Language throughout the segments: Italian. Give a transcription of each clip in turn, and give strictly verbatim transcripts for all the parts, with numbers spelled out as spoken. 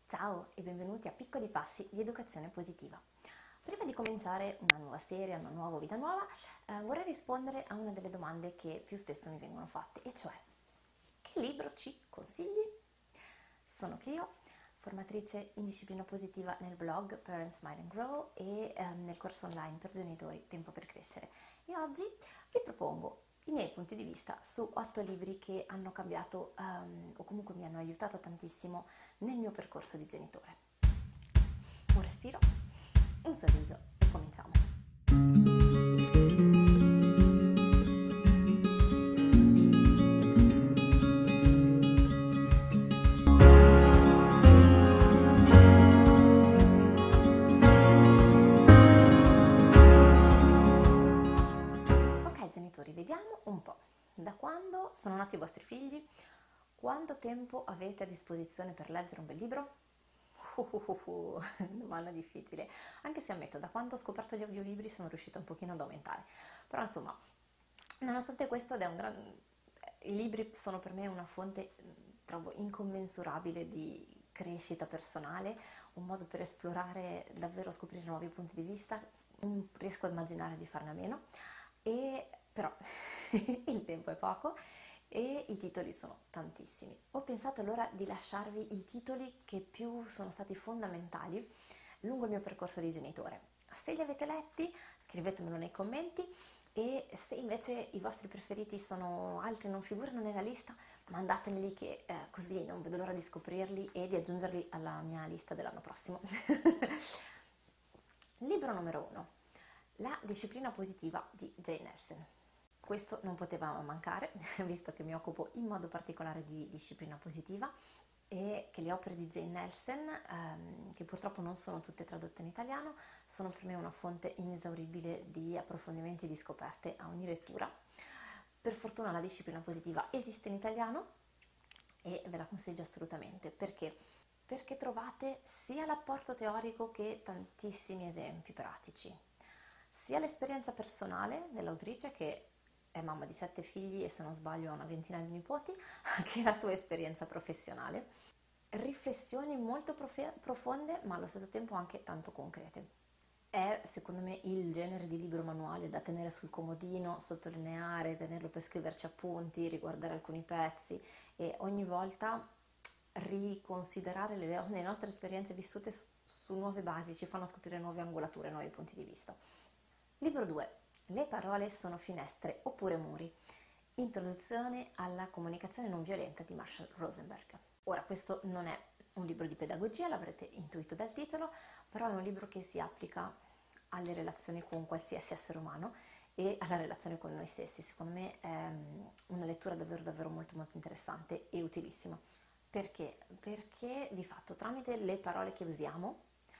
Ciao e benvenuti a Piccoli Passi di Educazione Positiva. Prima di cominciare una nuova serie, una nuova vita nuova, eh, vorrei rispondere a una delle domande che più spesso mi vengono fatte, e cioè: che libro ci consigli? Sono Clio, formatrice in disciplina positiva nel blog Parent Smile and Grow e ehm, nel corso online per genitori Tempo per Crescere. E oggi vi propongo i miei punti di vista su otto libri che hanno cambiato um, o comunque mi hanno aiutato tantissimo nel mio percorso di genitore. Un respiro, un sorriso e cominciamo. Ok genitori, vediamo un po'. Da quando sono nati i vostri figli? Quanto tempo avete a disposizione per leggere un bel libro? Uh, uh, uh, uh, domanda difficile, anche se ammetto, da quando ho scoperto gli audiolibri sono riuscita un pochino ad aumentare, però insomma, nonostante questo, ed è un gran... i libri sono per me una fonte, trovo, incommensurabile di crescita personale, un modo per esplorare, davvero scoprire nuovi punti di vista, non riesco a immaginare di farne a meno, e però il tempo è poco e i titoli sono tantissimi. Ho pensato allora di lasciarvi i titoli che più sono stati fondamentali lungo il mio percorso di genitore. Se li avete letti, scrivetemelo nei commenti, e se invece i vostri preferiti sono altri, non figurano nella lista, mandatemeli, che eh, così non vedo l'ora di scoprirli e di aggiungerli alla mia lista dell'anno prossimo. Libro numero uno. La disciplina positiva di Jane Nelsen. Questo non poteva mancare, visto che mi occupo in modo particolare di disciplina positiva e che le opere di Jane Nelsen, ehm, che purtroppo non sono tutte tradotte in italiano, sono per me una fonte inesauribile di approfondimenti e di scoperte a ogni lettura. Per fortuna la disciplina positiva esiste in italiano e ve la consiglio assolutamente. Perché? Perché trovate sia l'apporto teorico che tantissimi esempi pratici, sia l'esperienza personale dell'autrice, che è mamma di sette figli e se non sbaglio ha una ventina di nipoti, che la sua esperienza professionale, riflessioni molto profe- profonde ma allo stesso tempo anche tanto concrete. È secondo me il genere di libro manuale da tenere sul comodino, sottolineare, tenerlo per scriverci appunti, riguardare alcuni pezzi e ogni volta riconsiderare le, le nostre esperienze vissute su, su nuove basi, ci fanno scoprire nuove angolature, nuovi punti di vista. Libro due. Le parole sono finestre oppure muri. Introduzione alla comunicazione non violenta di Marshall Rosenberg. Ora, questo non è un libro di pedagogia, l'avrete intuito dal titolo, però è un libro che si applica alle relazioni con qualsiasi essere umano e alla relazione con noi stessi. Secondo me è una lettura davvero davvero molto molto interessante e utilissima. Perché? Perché di fatto tramite le parole che usiamo,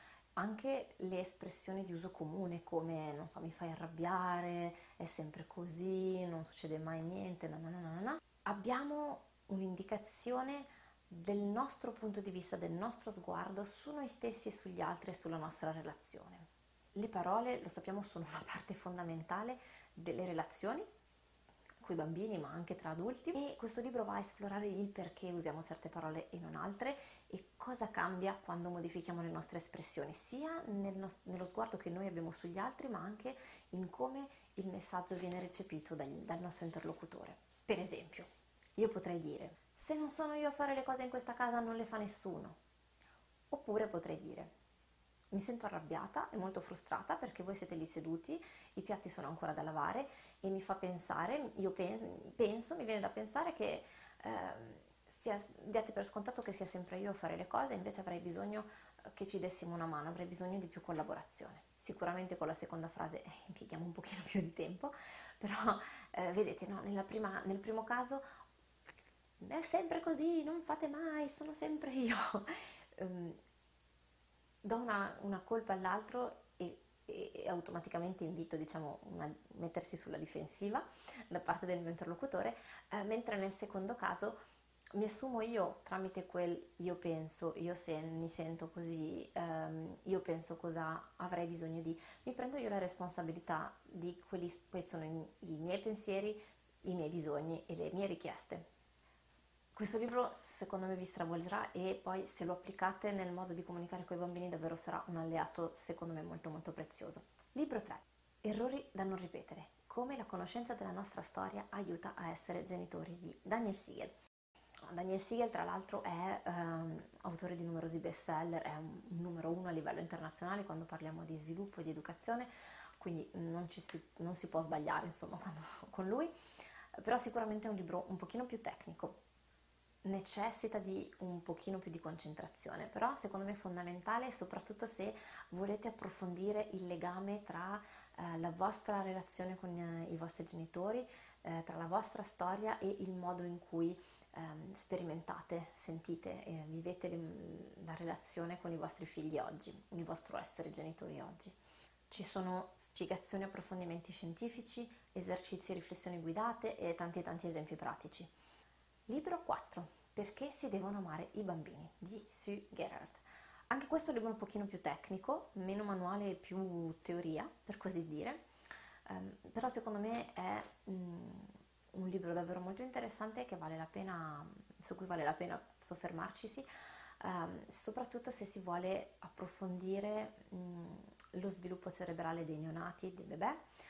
anche le espressioni di uso comune come, non so, mi fai arrabbiare, è sempre così, non succede mai niente, na na na na na, abbiamo un'indicazione del nostro punto di vista, del nostro sguardo su noi stessi e sugli altri e sulla nostra relazione. Le parole, lo sappiamo, sono una parte fondamentale delle relazioni con i bambini ma anche tra adulti, e questo libro va a esplorare il perché usiamo certe parole e non altre e cosa cambia quando modifichiamo le nostre espressioni, sia nel nos- nello sguardo che noi abbiamo sugli altri ma anche in come il messaggio viene recepito dal, dal nostro interlocutore. Per esempio, io potrei dire: se non sono io a fare le cose in questa casa non le fa nessuno. Oppure potrei dire: mi sento arrabbiata e molto frustrata perché voi siete lì seduti, i piatti sono ancora da lavare e mi fa pensare, io penso, mi viene da pensare che eh, sia, diate per scontato che sia sempre io a fare le cose, invece avrei bisogno che ci dessimo una mano, avrei bisogno di più collaborazione. Sicuramente con la seconda frase eh, impieghiamo un pochino più di tempo, però eh, vedete, no? Nella prima, nel primo caso è sempre così, non fate mai, sono sempre io. um, do una, una colpa all'altro e, e, e automaticamente invito, diciamo, a mettersi sulla difensiva da parte del mio interlocutore, eh, mentre nel secondo caso mi assumo io tramite quel io penso, io sen, mi sento così, ehm, io penso cosa avrei bisogno di, mi prendo io la responsabilità di quelli che sono i, i miei pensieri, i miei bisogni e le mie richieste. Questo libro secondo me vi stravolgerà e poi se lo applicate nel modo di comunicare con i bambini davvero sarà un alleato secondo me molto molto prezioso. Libro tre. Errori da non ripetere. Come la conoscenza della nostra storia aiuta a essere genitori di Daniel Siegel. Daniel Siegel tra l'altro è ehm, autore di numerosi bestseller, è un, un numero uno a livello internazionale quando parliamo di sviluppo e di educazione, quindi non, ci si, non si può sbagliare insomma quando, con lui, però sicuramente è un libro un pochino più tecnico, necessita di un pochino più di concentrazione, però secondo me è fondamentale soprattutto se volete approfondire il legame tra eh, la vostra relazione con eh, i vostri genitori, eh, tra la vostra storia e il modo in cui ehm, sperimentate, sentite e vivete le, la relazione con i vostri figli oggi, il vostro essere genitori oggi. Ci sono spiegazioni e approfondimenti scientifici, esercizi e riflessioni guidate e tanti tanti esempi pratici. Libro quattro. Perché si devono amare i bambini di Sue Gerhardt. Anche questo è un libro un pochino più tecnico, meno manuale e più teoria, per così dire, um, però secondo me è um, un libro davvero molto interessante che vale la pena, su cui vale la pena soffermarcisi, um, soprattutto se si vuole approfondire um, lo sviluppo cerebrale dei neonati, dei bebè,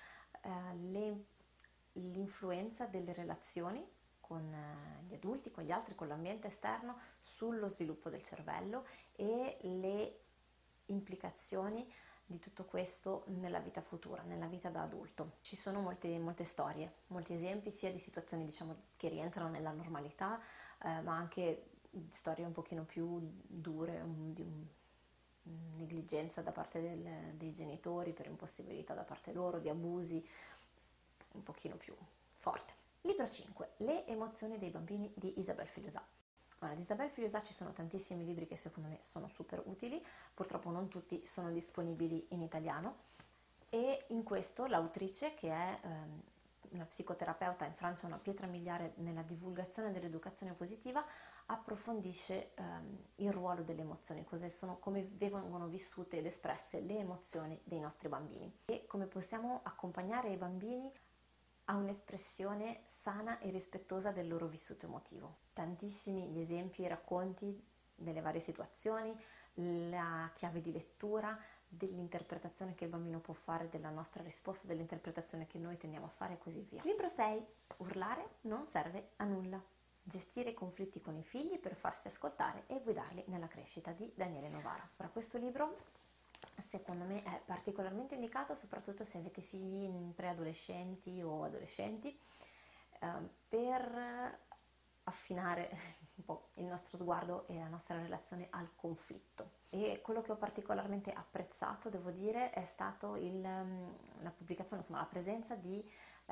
uh, le, l'influenza delle relazioni con gli adulti, con gli altri, con l'ambiente esterno, sullo sviluppo del cervello e le implicazioni di tutto questo nella vita futura, nella vita da adulto. Ci sono molte, molte storie, molti esempi sia di situazioni diciamo che rientrano nella normalità, eh, ma anche storie un pochino più dure, un, di un, negligenza da parte del, dei genitori per impossibilità da parte loro, di abusi, un pochino più forte. Libro cinque. Le emozioni dei bambini di Isabelle Filosa. Ora, di Isabelle Filosa ci sono tantissimi libri che secondo me sono super utili, purtroppo non tutti sono disponibili in italiano e in questo l'autrice, che è ehm, una psicoterapeuta in Francia, una pietra miliare nella divulgazione dell'educazione positiva, approfondisce ehm, il ruolo delle emozioni, cos'è sono, come vengono vissute ed espresse le emozioni dei nostri bambini e come possiamo accompagnare i bambini a un'espressione sana e rispettosa del loro vissuto emotivo. Tantissimi gli esempi e racconti delle varie situazioni, la chiave di lettura, dell'interpretazione che il bambino può fare della nostra risposta, dell'interpretazione che noi tendiamo a fare e così via. Libro sei. Urlare non serve a nulla. Gestire i conflitti con i figli per farsi ascoltare e guidarli nella crescita di Daniele Novara. Ora, questo libro secondo me è particolarmente indicato soprattutto se avete figli preadolescenti o adolescenti, eh, per affinare un po' il nostro sguardo e la nostra relazione al conflitto. E quello che ho particolarmente apprezzato, devo dire, è stato il, la pubblicazione, insomma la presenza di eh,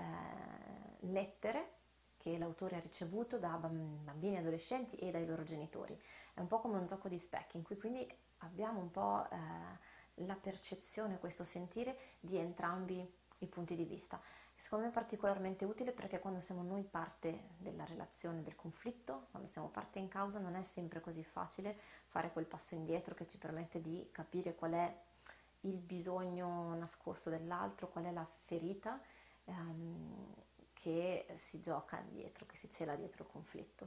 lettere che l'autore ha ricevuto da bambini e adolescenti e dai loro genitori. È un po' come un gioco di specchi in cui quindi abbiamo un po' eh, la percezione, questo sentire di entrambi i punti di vista. Secondo me è particolarmente utile perché quando siamo noi parte della relazione, del conflitto, quando siamo parte in causa, non è sempre così facile fare quel passo indietro che ci permette di capire qual è il bisogno nascosto dell'altro, qual è la ferita ehm, che si gioca dietro, che si cela dietro il conflitto.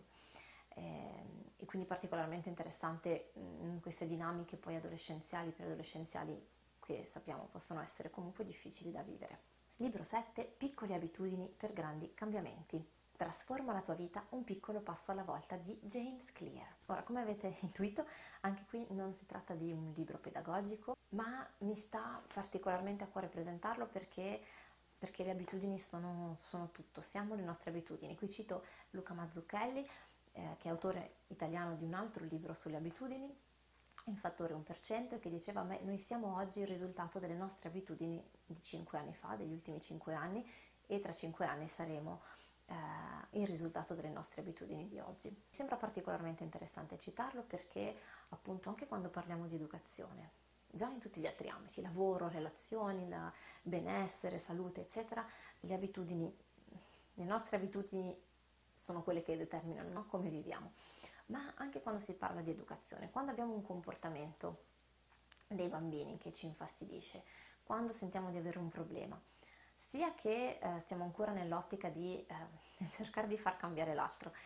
E quindi particolarmente interessante in queste dinamiche poi adolescenziali, preadolescenziali, che sappiamo possono essere comunque difficili da vivere. Libro sette. Piccole abitudini per grandi cambiamenti. Trasforma la tua vita un piccolo passo alla volta di James Clear. Ora, come avete intuito, anche qui non si tratta di un libro pedagogico, ma mi sta particolarmente a cuore presentarlo perché perché le abitudini sono, sono tutto, siamo le nostre abitudini. Qui cito Luca Mazzucchelli, eh, che è autore italiano di un altro libro sulle abitudini, Il fattore uno per cento, che diceva: beh, noi siamo oggi il risultato delle nostre abitudini di cinque anni fa, degli ultimi cinque anni, e tra cinque anni saremo eh, il risultato delle nostre abitudini di oggi. Mi sembra particolarmente interessante citarlo perché appunto anche quando parliamo di educazione, già in tutti gli altri ambiti, lavoro, relazioni, la benessere, salute, eccetera, le abitudini, le nostre abitudini sono quelle che determinano, no? Come viviamo. Ma anche quando si parla di educazione, quando abbiamo un comportamento dei bambini che ci infastidisce, quando sentiamo di avere un problema, sia che eh, stiamo ancora nell'ottica di eh, cercare di far cambiare l'altro,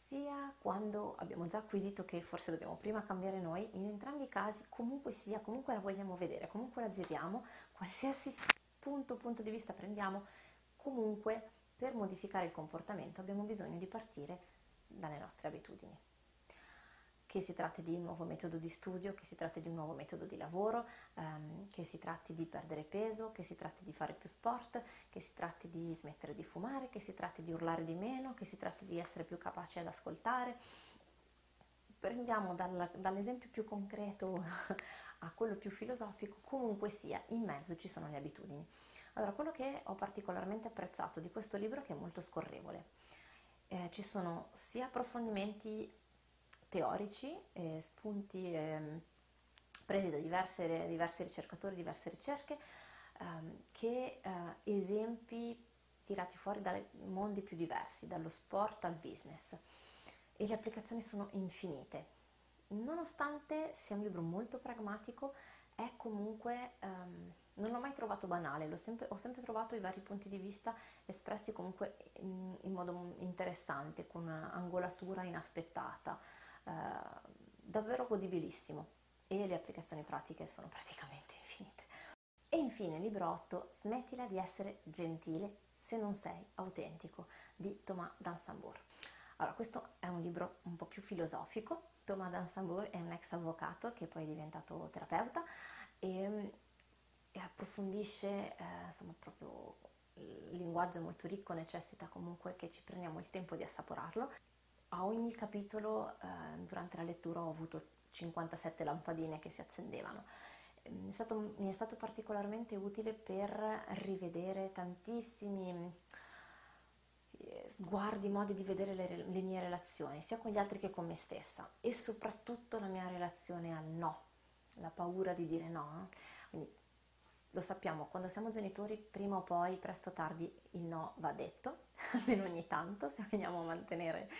sia quando abbiamo già acquisito che forse dobbiamo prima cambiare noi, in entrambi i casi comunque sia, comunque la vogliamo vedere, comunque la giriamo, qualsiasi spunto, punto di vista prendiamo, comunque per modificare il comportamento abbiamo bisogno di partire dalle nostre abitudini. Che si tratti di un nuovo metodo di studio, che si tratti di un nuovo metodo di lavoro, ehm, che si tratti di perdere peso, che si tratti di fare più sport, che si tratti di smettere di fumare, che si tratti di urlare di meno, che si tratti di essere più capaci ad ascoltare. Prendiamo dal, dall'esempio più concreto a quello più filosofico, comunque sia, in mezzo ci sono le abitudini. Allora, quello che ho particolarmente apprezzato di questo libro è che è molto scorrevole. Eh, ci sono sia approfondimenti teorici, eh, spunti eh, presi da diverse, diversi ricercatori, diverse ricerche, ehm, che eh, esempi tirati fuori dai mondi più diversi, dallo sport al business, e le applicazioni sono infinite. Nonostante sia un libro molto pragmatico, è comunque, ehm, non l'ho mai trovato banale, l'ho sempre, ho sempre trovato i vari punti di vista espressi comunque in, in modo interessante, con un'angolatura inaspettata. Uh, davvero godibilissimo, e le applicazioni pratiche sono praticamente infinite. E infine, libro otto, Smettila di essere gentile se non sei autentico, di Thomas Dansembourg. Allora, questo è un libro un po' più filosofico. Thomas Dansembourg è un ex avvocato che poi è diventato terapeuta e, e approfondisce eh, insomma proprio il linguaggio molto ricco, necessita comunque che ci prendiamo il tempo di assaporarlo. A ogni capitolo, eh, durante la lettura, ho avuto cinquantasette lampadine che si accendevano. È stato, mi è stato particolarmente utile per rivedere tantissimi eh, sguardi, modi di vedere le, le mie relazioni, sia con gli altri che con me stessa, e soprattutto la mia relazione al no, la paura di dire no. Quindi, lo sappiamo, quando siamo genitori, prima o poi, presto o tardi, il no va detto, almeno ogni tanto, se vogliamo mantenere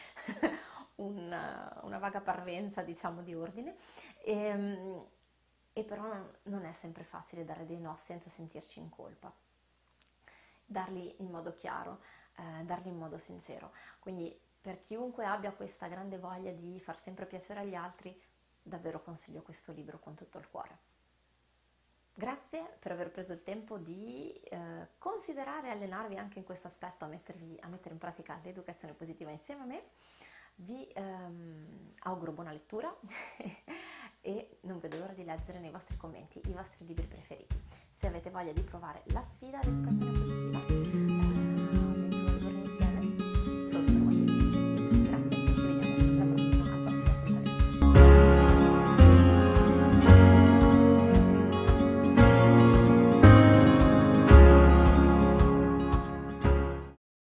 una, una vaga parvenza, diciamo, di ordine. E, e però non, non è sempre facile dare dei no senza sentirci in colpa. Darli in modo chiaro, eh, darli in modo sincero. Quindi per chiunque abbia questa grande voglia di far sempre piacere agli altri, davvero consiglio questo libro con tutto il cuore. Grazie per aver preso il tempo di eh, considerare e allenarvi anche in questo aspetto a, mettervi, a mettere in pratica l'educazione positiva insieme a me. Vi ehm, auguro buona lettura e non vedo l'ora di leggere nei vostri commenti i vostri libri preferiti. Se avete voglia di provare la sfida dell'educazione positiva,